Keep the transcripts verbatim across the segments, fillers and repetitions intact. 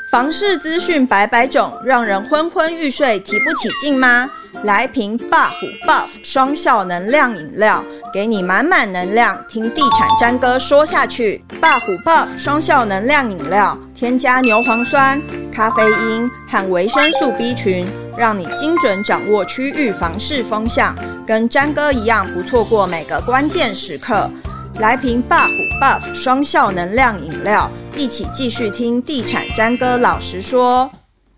房市资讯百百种，让人昏昏欲睡提不起劲吗？来瓶霸虎 Buff 双效能量饮料，给你满满能量，听地产詹哥说下去。霸虎 Buff 双效能量饮料，添加牛磺酸、咖啡因和维生素 B 群，让你精准掌握区域房市风向，跟詹哥一样不错过每个关键时刻。来瓶霸虎 Buff 双效能量饮料，一起继续听地产詹哥老实说。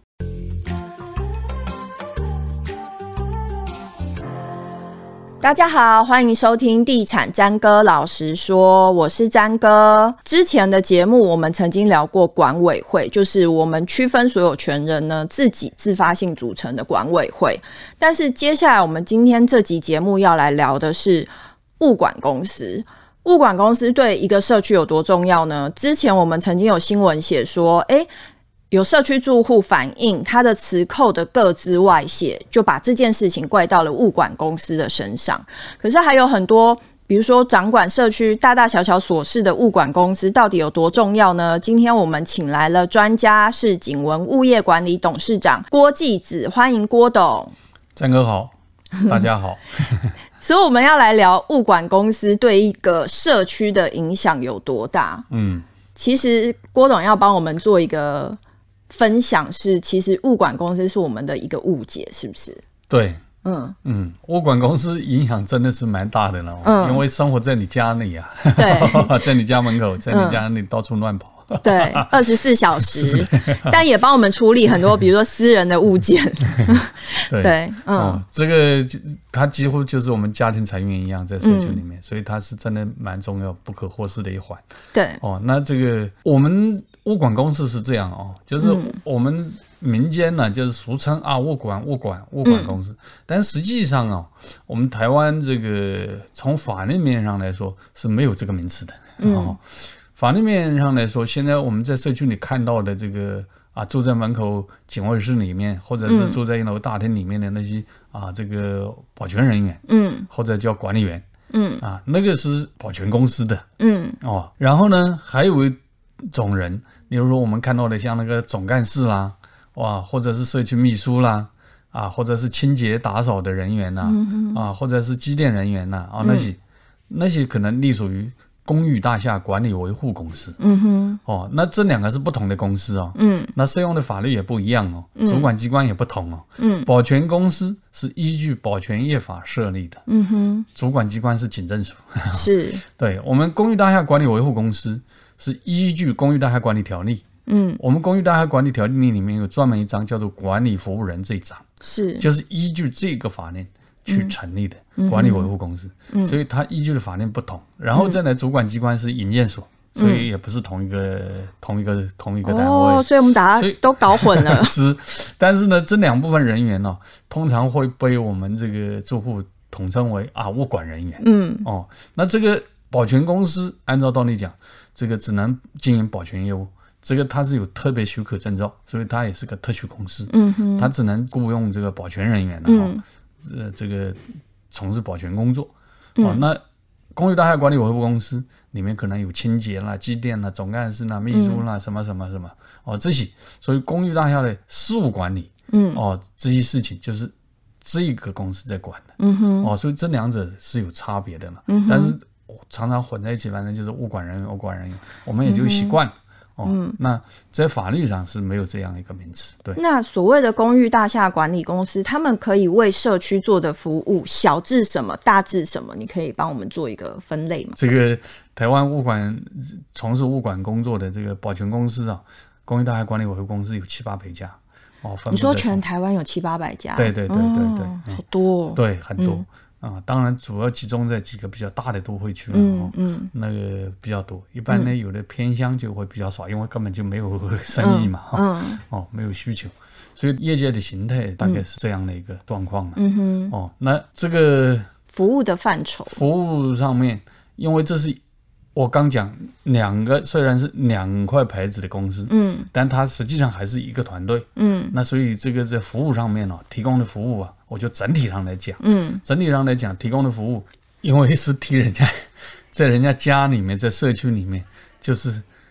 大家好，欢迎收听地产詹哥老实说，我是詹哥。之前的节目我们曾经聊过管委会，就是我们区分所有权人呢自己自发性组成的管委会。但是接下来我们今天这集节目要来聊的是物管公司。物管公司对一个社区有多重要呢？之前我们曾经有新闻写说，诶有社区住户反映他的磁扣的个资外泄，就把这件事情怪到了物管公司的身上。可是还有很多比如说掌管社区大大小小琐事的物管公司到底有多重要呢？今天我们请来了专家，是景文物业管理董事长郭继子，欢迎郭董。 詹哥好，大家好。 所以我们要来聊物管公司对一个社区的影响有多大。嗯，其实郭董要帮我们做一个分享是，其实物管公司是我们的一个误解，是不是？ 对，嗯嗯，物管公司影响真的是蛮大的了，嗯，因为生活在你家里啊，对，在你家门口，在你家里到处乱跑。 对，二十四小时，但也帮我们处理很多，比如说私人的物件。 对，对嗯、哦，这个它几乎就是我们家庭财源一样，在社区里面，嗯、所以它是真的蛮重要、不可或缺的一环。 对， 哦，那这个我们物管公司是这样哦，就是我们民间呢，就是俗称啊物管、物管、物管公司，嗯、但实际上哦，我们台湾这个从法律面上来说是没有这个名词的。嗯。哦法律面上来说，现在我们在社区里看到的这个啊，住在门口警卫室里面，或者是住在一楼大厅里面的那些、嗯、啊，这个保全人员，嗯，或者叫管理员，嗯，啊，那个是保全公司的，嗯，哦，然后呢，还有一种人，比如说我们看到的像那个总干事啦，哇，或者是社区秘书啦，啊，或者是清洁打扫的人员啦，嗯、啊，或者是机电人员啦，啊，那些、嗯、那些可能隶属于公寓大厦管理维护公司，嗯哼，哦，那这两个是不同的公司哦，嗯，那适用的法律也不一样哦，嗯、主管机关也不同哦，嗯，保全公司是依据保全业法设立的，嗯哼，主管机关是警政署，是，对，我们公寓大厦管理维护公司是依据公寓大厦管理条例，嗯，我们公寓大厦管理条例里面有专门一章叫做管理服务人这一章，是，就是依据这个法令去成立的管理维护公司，嗯、所以它依据的法令不同，然后再来主管机关是营建所，嗯、所以也不是同一个同一个同一个单位，哦， 所以我们把它都搞混了。 是，但是呢，这两部分人员呢、哦，通常会被我们这个住户统称为啊物管人员。嗯，哦，那这个保全公司按照道理讲，这个只能经营保全业务。这个它是有特别许可证照，所以它也是个特许公司。嗯哼，它只能雇佣这个保全人员的、哦。嗯呃，这个从事保全工作，嗯、哦，那公寓大厦管理维护公司里面可能有清洁啦、机电啦、总干事啦、秘书啦，嗯、什么什么什么，哦，这些，所以公寓大厦的事务管理，嗯，哦，这些事情就是这个公司在管的，嗯哼，哦，所以这两者是有差别的嘛，嗯、但是常常混在一起，反正就是物管人员、物管人员，我们也就习惯了。嗯哦、嗯，那在法律上是没有这样一个名词。对， 那所谓的公寓大厦管理公司，他们可以为社区做的服务，小至什么，大至什么，你可以帮我们做一个分类吗？ 这个台湾物管从事物管工作的这个保全公司啊，公寓大厦管理维护公司有七八百家。哦， 你说全台湾有七八百家？ 对对对对对， 哦嗯、好多、哦。 对，很多。嗯啊，当然主要集中在几个比较大的都会区了、嗯嗯、那个比较多。一般呢，嗯、有的偏乡就会比较少，因为根本就没有生意嘛，嗯嗯、哦，没有需求，所以业界的形态大概是这样的一个状况、嗯哼哦，那这个服务的范畴， 服务上面，因为这是我刚讲两个，虽然是两块牌子的公司，嗯，但它实际上还是一个团队，嗯，那所以这个在服务上面哦，提供的服务啊。我就整体上来讲，嗯，整体上来讲，提供的服务，因为是替人家在人家家里面，在社区里面，就是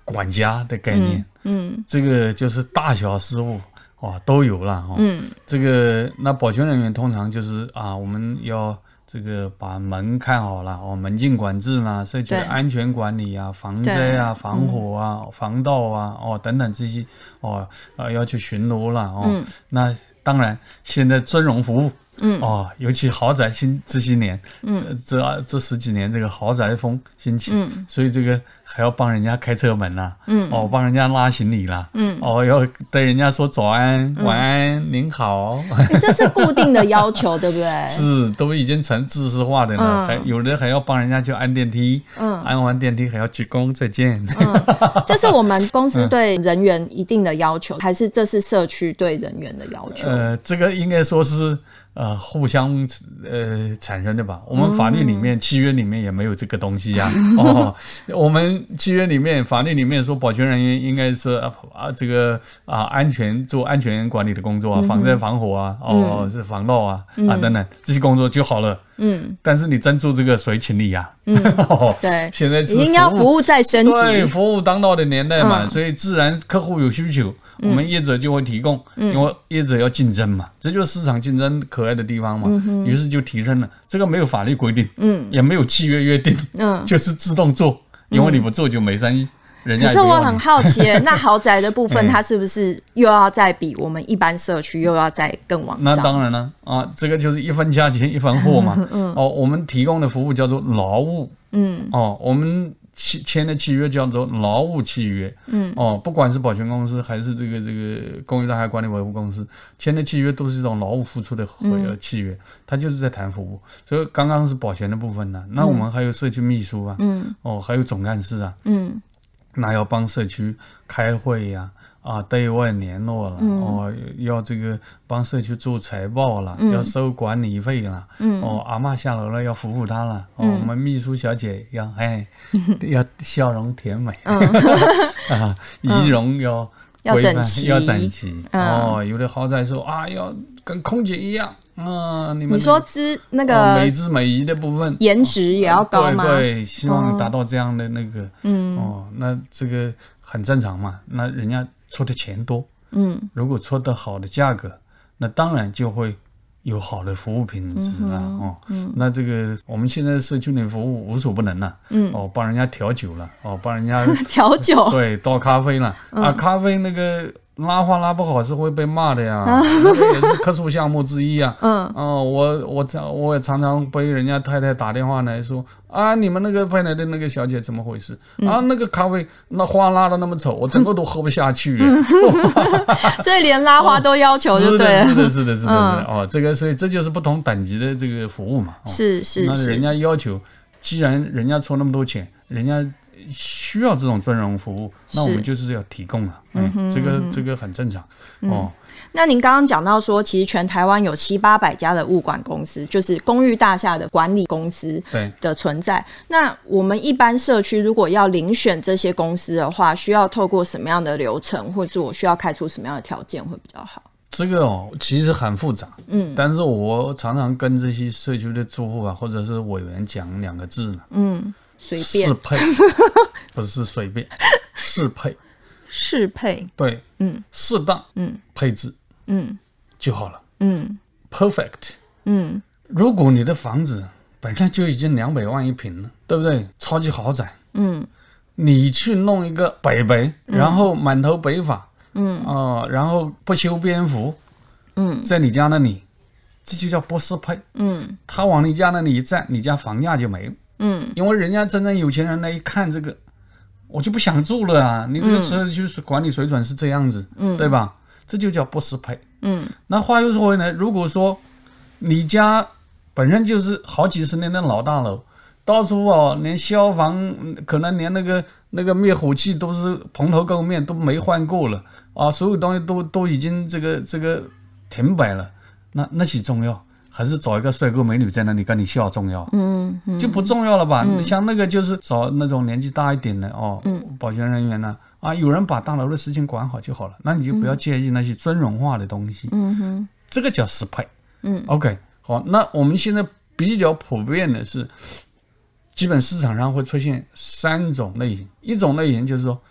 管家的概念， 嗯，嗯这个就是大小事务哇都有了哦。 嗯， 这个那保全人员通常就是啊，我们要这个把门看好了哦，门禁管制啦，社区的安全管理啊，防灾啊，防火啊，嗯、防盗啊，哦等等这些哦，呃要去巡逻了哦。嗯、那当然，现在尊荣服务。嗯哦，尤其豪宅新这些年，嗯，这这这十几年这个豪宅风兴起，嗯，所以这个还要帮人家开车门啦，嗯，哦，帮人家拉行李啦，嗯，哦，要对人家说早安、晚安、嗯、您好， 欸，这是固定的要求，对不对？ 是，都已经成制式化的了，嗯、还有的还要帮人家去按电梯，嗯，按完电梯还要鞠躬再见， 嗯，这是我们公司对人员一定的要求，嗯、还是这是社区对人员的要求？ 呃，这个应该说是。呃，互相呃产生的吧。我们法律里面、嗯、契约里面也没有这个东西呀、啊。哦，我们契约里面、法律里面说，保全人员应该是啊这个啊安全做安全管理的工作啊，防灾防火啊，嗯、哦是防盗啊、嗯、啊等等这些工作就好了。嗯，但是你真做这个谁请你呀、啊？嗯，对，现在是已经要服务再升级， 对，服务当道的年代嘛，嗯、所以自然客户有需求。我们业者就会提供，嗯、因为业者要竞争嘛，这就是市场竞争可爱的地方嘛。嗯、于是就提升了，这个没有法律规定，嗯、也没有契约约定，嗯、就是自动做，因为你不做就没生意。人家可是我很好奇，那豪宅的部分，它是不是又要再比我们一般社区又要再更往上？ 那当然了啊，这个就是一分价钱一分货嘛。嗯、哦，我们提供的服务叫做劳务，嗯，哦，我们。签的契约叫做劳务契约，嗯，哦，不管是保全公司还是这个这个公寓大厦管理维护公司签的契约，都是这种劳务付出的呃契约，它就是在谈服务。所以刚刚是保全的部分呢，那我们还有社区秘书啊，嗯，哦，还有总干事啊，嗯，那要帮社区开会呀、啊。啊，对外联络了，嗯、哦，要这个帮社区做财报了，嗯、要收管理费了，嗯、哦，阿嬷下楼了要服务她了，嗯、哦，我们秘书小姐要哎，要笑容甜美，嗯、啊，仪容要要整齐， 要整齐，嗯、哦，有的豪宅说啊，要跟空姐一样。啊，你们你说姿那个、 哦、美姿美仪的部分， 颜值也要高吗？ 对对，希望达到这样的那个，嗯，哦，那这个很正常嘛。那人家出的钱多，嗯，如果出的好的价格，那当然就会有好的服务品质了、嗯、哦。嗯、那这个我们现在社区内服务无所不能了，嗯，哦，帮人家调酒了，哦，帮人家调酒， 对，倒咖啡了、嗯、啊，咖啡那个。拉花拉不好是会被骂的呀，那个也是客诉项目之一啊。嗯，哦，我我我也常常被人家太太打电话来说啊，你们那个派来的那个小姐怎么回事？嗯、啊，那个咖啡那花拉的那么丑，我整个都喝不下去。 所以连拉花都要求就对了。 是的，是的，是的，是的，嗯、哦，这个所以这就是不同等级的这个服务嘛。哦、 是是， 那人家要求，既然人家出那么多钱，人家。需要这种尊荣服务，那我们就是要提供了，嗯，嗯这个这个很正常、嗯、哦。 那您刚刚讲到说，其实全台湾有七八百家的物管公司，就是公寓大厦的管理公司的存在。那我们一般社区如果要遴选这些公司的话，需要透过什么样的流程，或者是我需要开出什么样的条件会比较好？ 这个哦，其实很复杂，嗯，但是我常常跟这些社区的住户啊，或者是委员讲两个字呢，嗯。 随便适配不是随便，适配适配对，嗯，适当，嗯，配置，嗯，就好了，嗯 ，perfect， 嗯，如果你的房子本身就已经两百万一平了，对不对？超级豪宅，嗯，你去弄一个北北，然后满头白发，嗯啊、呃，然后不修边幅，嗯，在你家那里，这就叫不适配，嗯，他往你家那里一站，你家房价就没了。嗯，因为人家真正有钱人来一看这个，我就不想住了啊！你这个社区管理水准是这样子，嗯，对吧？这就叫不适配。嗯，那话又说回来，如果说你家本身就是好几十年的老大楼，到处哦，连消防可能连那个那个灭火器都是蓬头垢面，都没换过了啊，所有东西都都已经这个这个停摆了，那那些重要？还是找一个帅哥美女在那里跟你笑重要，嗯，嗯就不重要了吧？嗯、像那个就是找那种年纪大一点的哦，嗯、保全人员呢，啊，有人把大楼的事情管好就好了，那你就不要介意那些尊荣化的东西，嗯哼，这个叫适配，嗯 ，OK， 好，那我们现在比较普遍的是，基本市场上会出现三种类型，一种类型就是说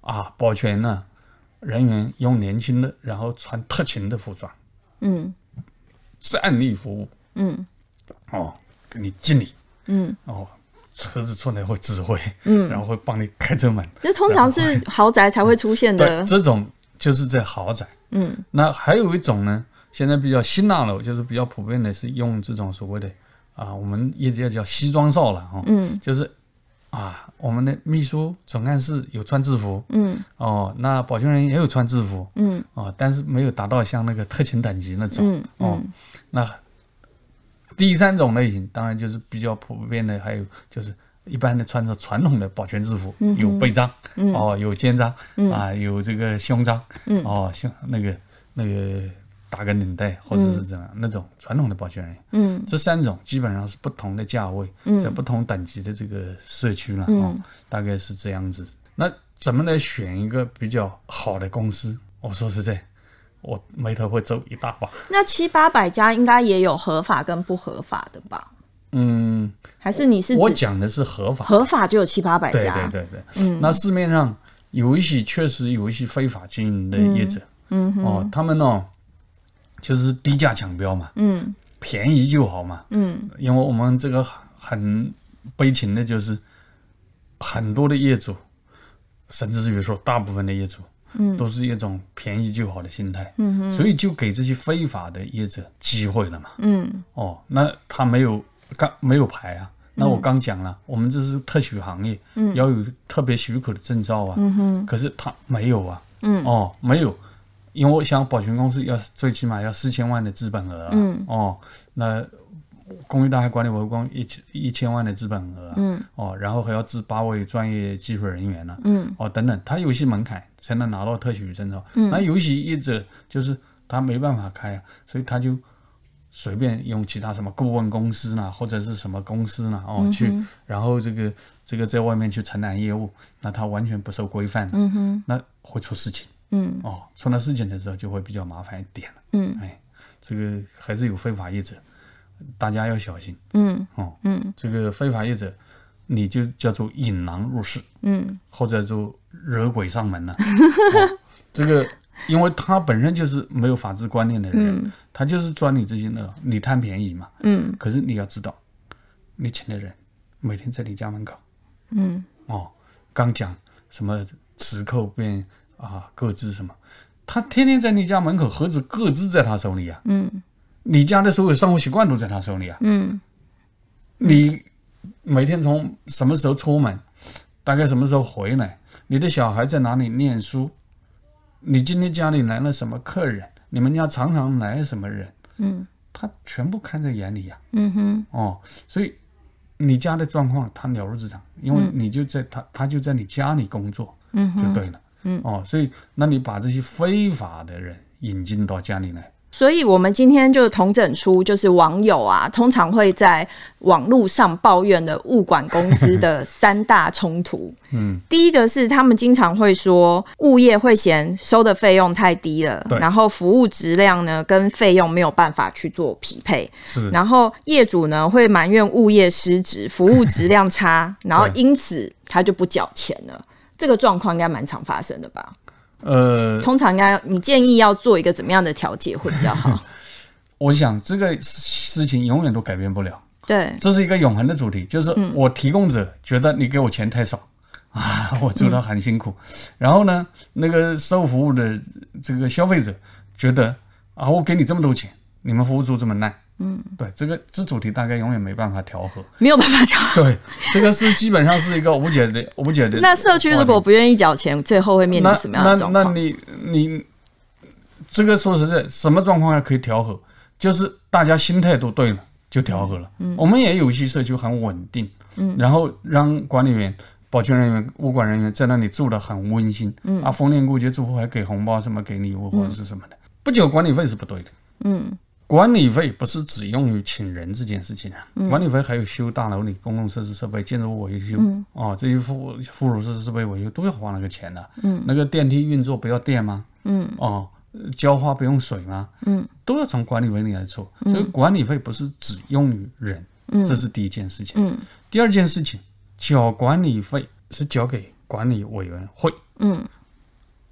啊，保全呢人员用年轻的，然后穿特勤的服装，嗯，站立服务，嗯，哦，给你敬礼，嗯，哦，车子出来会指挥，嗯，然后会帮你开车门。 这通常是豪宅才会出现的。 对，这种就是在豪宅。嗯，那还有一种呢，现在比较新纳楼，就是比较普遍的是用这种所谓的啊，我们业界叫西装哨了哦，嗯，就是啊，我们的秘书、总干事有穿制服，嗯，哦，那保全人也有穿制服，嗯，哦，但是没有达到像那个特勤等级那种，嗯嗯、哦，那第三种类型当然就是比较普遍的，还有就是一般的穿着传统的保全制服，嗯、有背章，嗯、哦，有肩章，嗯、啊，有这个胸章，嗯、哦，像那个那个打个领带或者是怎样、嗯、那种传统的保全人员，嗯，这三种基本上是不同的价位，嗯、在不同等级的这个社区了，嗯、哦，大概是这样子。那怎么来选一个比较好的公司？我说实在。我眉头会皱一大把。 那七八百家应该也有合法跟不合法的吧？嗯，还是你是我讲的是合法， 合法就有七八百家。 对对对对，嗯，那市面上有一些确实有一些非法经营的业者，嗯, 嗯哦，他们呢就是低价抢标嘛，嗯，便宜就好嘛，嗯，因为我们这个很悲情的就是很多的业主，甚至于说大部分的业主。嗯，都是一种便宜就好的心态，嗯哼，所以就给这些非法的业者机会了嘛，嗯，哦，那他没有刚没有牌啊，那我刚讲了，嗯、我们这是特许行业，嗯，要有特别许可的证照啊，嗯哼，可是他没有啊，嗯，哦，没有，因为我想保全公司要最起码要四千万的资本额啊，嗯，哦，那。公寓大厦管理委员会一一千万的资本额、啊，嗯，哦，然后还要置八位专业技术人员呢、啊，嗯，哦，等等，它有一些门槛才能拿到特许证照，嗯，那有一些业者就是他没办法开啊，所以他就随便用其他什么顾问公司呢，或者是什么公司呢，哦，嗯、去，然后这个这个在外面去承揽业务，那他完全不受规范，嗯哼，那会出事情，嗯，哦，出了事情的时候就会比较麻烦一点了，嗯，哎，这个还是有非法业者。大家要小心，嗯，哦，嗯，这个非法业者，你就叫做引狼入室，嗯，或者就惹鬼上门了、哦。这个，因为他本身就是没有法治观念的人，嗯、他就是赚你这些那个，你贪便宜嘛，嗯，可是你要知道，你请的人每天在你家门口，嗯，哦，刚讲什么磁扣变啊，个资什么，他天天在你家门口，何止个资在他手里啊，嗯。你家的所有生活习惯都在他手里啊。嗯，你每天从什么时候出门，大概什么时候回来，你的小孩在哪里念书，你今天家里来了什么客人，你们家常常来什么人，嗯，他全部看在眼里呀、啊。嗯哼，哦，所以你家的状况他了如指掌，因为你就在他他就在你家里工作，嗯，就对了。嗯，哦，所以那你把这些非法的人引进到家里来。 所以我们今天就统整出，就是网友啊，通常会在网络上抱怨的物管公司的三大冲突。嗯，第一个是他们经常会说，物业会嫌收的费用太低了，然后服务质量呢跟费用没有办法去做匹配。是，然后业主呢会埋怨物业失职，服务质量差，然后因此他就不缴钱了。这个状况应该蛮常发生的吧？呃，通常应该你建议要做一个怎么样的调解会比较好？ 我想这个事情永远都改变不了， 对， 这是一个永恒的主题，就是我提供者觉得你给我钱太少、嗯、啊，我做得很辛苦、嗯，然后呢，那个受服务的这个消费者觉得啊，我给你这么多钱，你们服务做这么烂。嗯，对，这个这主题大概永远没办法调和， 没有办法调和。 对，这个是基本上是一个无解的、无解的。 那社区如果不愿意缴钱，最后会面临什么样的状况？ 那那你你这个说实在，什么状况下可以调和？就是大家心态都对了，就调和了。嗯，我们也有一些社区很稳定，嗯，然后让管理员、保全人员、物管人员在那里住得很温馨。嗯啊，逢年过节住户还给红包，什么给礼物或者是什么的，不缴管理费是不对的。嗯。管理费不是只用于请人这件事情啊，嗯、管理费还有修大楼里公共设施设备、建筑物维修、嗯、哦，这些附附属设施设备维修都要花那个钱的、啊。嗯，那个电梯运作不要电吗？嗯，哦，浇花不用水吗？嗯，都要从管理费里来做。所以管理费不是只用于人，嗯、这是第一件事情。嗯，第二件事情，缴管理费是交给管理委员会。嗯，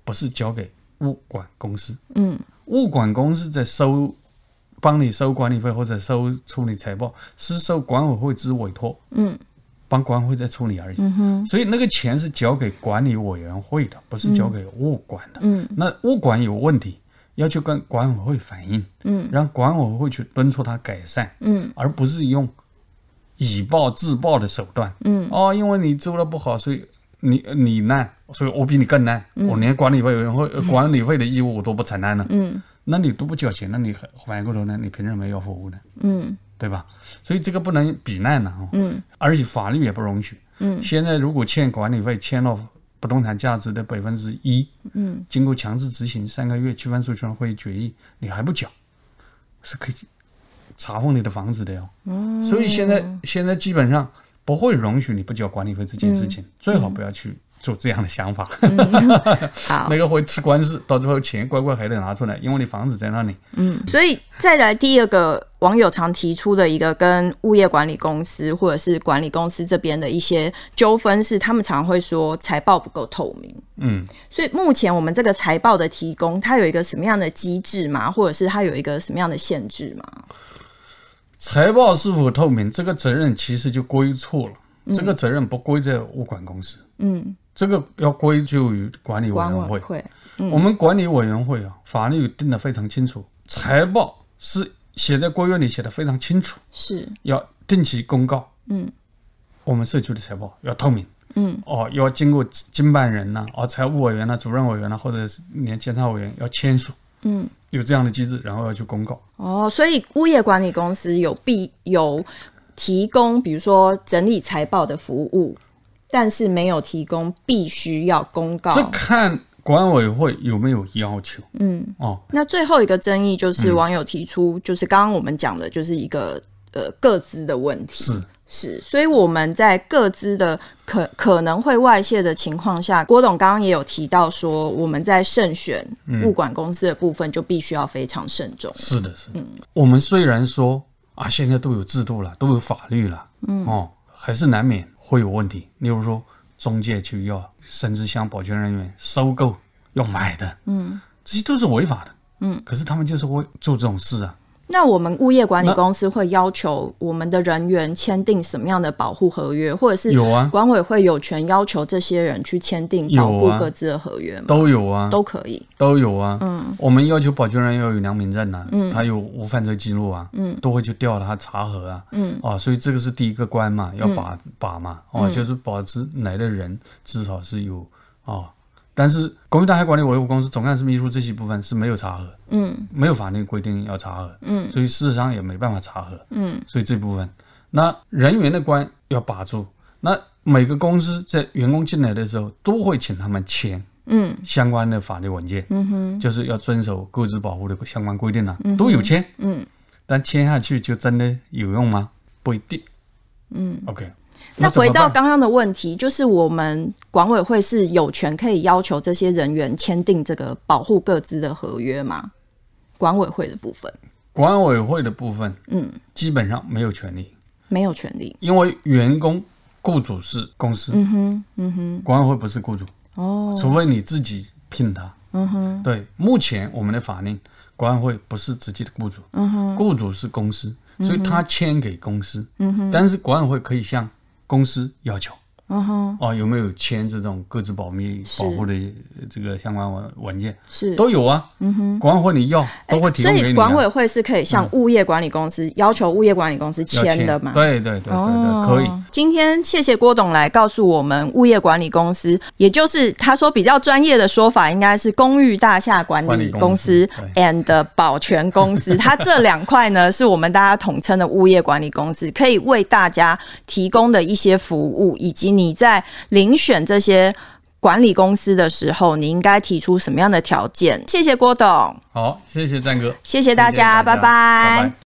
不是交给物管公司。 嗯， 物管公司在收帮你收管理费或者收处理财报，是受管委会之委托， 嗯， 帮管委会在处理而已。 嗯哼， 所以那个钱是交给管理委员会的，不是交给物管的。 嗯， 那物管有问题，要去跟管委会反映，嗯，让管委会去敦促他改善，嗯，而不是用以暴制暴的手段，嗯，哦，因为你做的不好，所以你你烂，所以我比你更烂，嗯、我连管理委员会、呃、管理费的义务我都不承担了，嗯，那你都不交钱，那你反过头呢，你凭什么要服务呢？嗯，对吧？所以这个不能比烂了、哦，嗯，而且法律也不容许，嗯，现在如果欠管理费欠到不动产价值的百分之一，嗯，经过强制执行三个月，区分所有权会议决议，你还不缴，是可以查封你的房子的哟。嗯，所以现在现在基本上不会容许你不交管理费这件事情，嗯、最好不要去做这样的想法。嗯、 好， 那个会吃官司，到最后钱乖乖还得拿出来，因为你房子在那里。 嗯，所以再来第二个网友常提出的一个跟物业管理公司或者是管理公司这边的一些纠纷是，他们常会说财报不够透明。嗯，所以目前我们这个财报的提供，它有一个什么样的机制吗？或者是它有一个什么样的限制吗？ 财报是否透明，这个责任其实就归错了。嗯、这个责任不归在物管公司，嗯，这个要归咎于管理委员会。会嗯、我们管理委员会啊，法律定得非常清楚，财报是写在规约里写得非常清楚，是要定期公告。嗯，我们社区的财报要透明。嗯，哦，要经过经办人呐、啊，哦，财务委员呐、啊、主任委员呐、啊，或者是连监察委员要签署。嗯，有这样的机制，然后要去公告。 哦，所以物业管理公司有必有提供，比如说整理财报的服务，但是没有提供必须要公告。 这看管委会有没有要求。嗯， 哦，那最后一个争议就是网友提出，嗯、就是刚刚我们讲的，就是一个呃个资的问题。 是。 是，所以我们在个资的可可能会外泄的情况下，郭董刚刚也有提到说，我们在慎选物管公司的部分就必须要非常慎重。 嗯、是的，是的。嗯，我们虽然说啊，现在都有制度了，都有法律了，嗯，哦，还是难免会有问题。例如说，中介去要甚至向保全人员收购要买的，嗯，这些都是违法的，嗯，可是他们就是会做这种事啊。 那我们物业管理公司会要求我们的人员签订什么样的保护合约，或者是管委会有权要求这些人去签订保护各自的合约吗？ 都有啊， 都可以， 都有啊。嗯，我们要求保全人要有良民证啊，嗯，他有无犯罪记录啊，嗯，都会去调他查核啊，嗯，哦，所以这个是第一个关嘛，要把、嗯、把嘛，哦，就是保持来的人至少是有哦。但是公寓大厦管理维护公司总干事秘书这些部分是没有查核，嗯，没有法律规定要查核，嗯，所以事实上也没办法查核，嗯，所以这部分，那人员的关要把住，那每个公司在员工进来的时候都会请他们签，嗯，相关的法律文件，嗯哼，就是要遵守个资保护的相关规定啊，嗯、都有签，嗯，但签下去就真的有用吗？不一定，嗯 ，OK。 那回到刚刚的问题，就是我们管委会是有权可以要求这些人员签订这个保护个资的合约吗？管委会的部分， 管委会的部分，嗯，基本上没有权利， 没有权利， 因为员工雇主是公司，嗯哼，嗯哼，管委会不是雇主，哦，除非你自己聘他，嗯哼，对，目前我们的法令，管委会不是直接的雇主，嗯哼，雇主是公司，所以他签给公司，嗯哼，但是管委会可以向公司要求，嗯哼，哦，有没有签这种个资保密保护的这个相关文文件？是都有啊，嗯哼，管委会你要都会提供给你、啊欸。所以管委会是可以向物业管理公司、嗯、要求物业管理公司签的嘛？ 对对对对对，哦、可以。 今天谢谢郭董来告诉我们物业管理公司，也就是他说比较专业的说法，应该是公寓大厦管理公司 and 保全公司。它这两块呢，是我们大家统称的物业管理公司，可以为大家提供的一些服务，以及你在遴选这些管理公司的时候，你应该提出什么样的条件？谢谢郭董。 好，谢谢詹哥， 谢谢大家，谢谢大家拜拜。拜拜。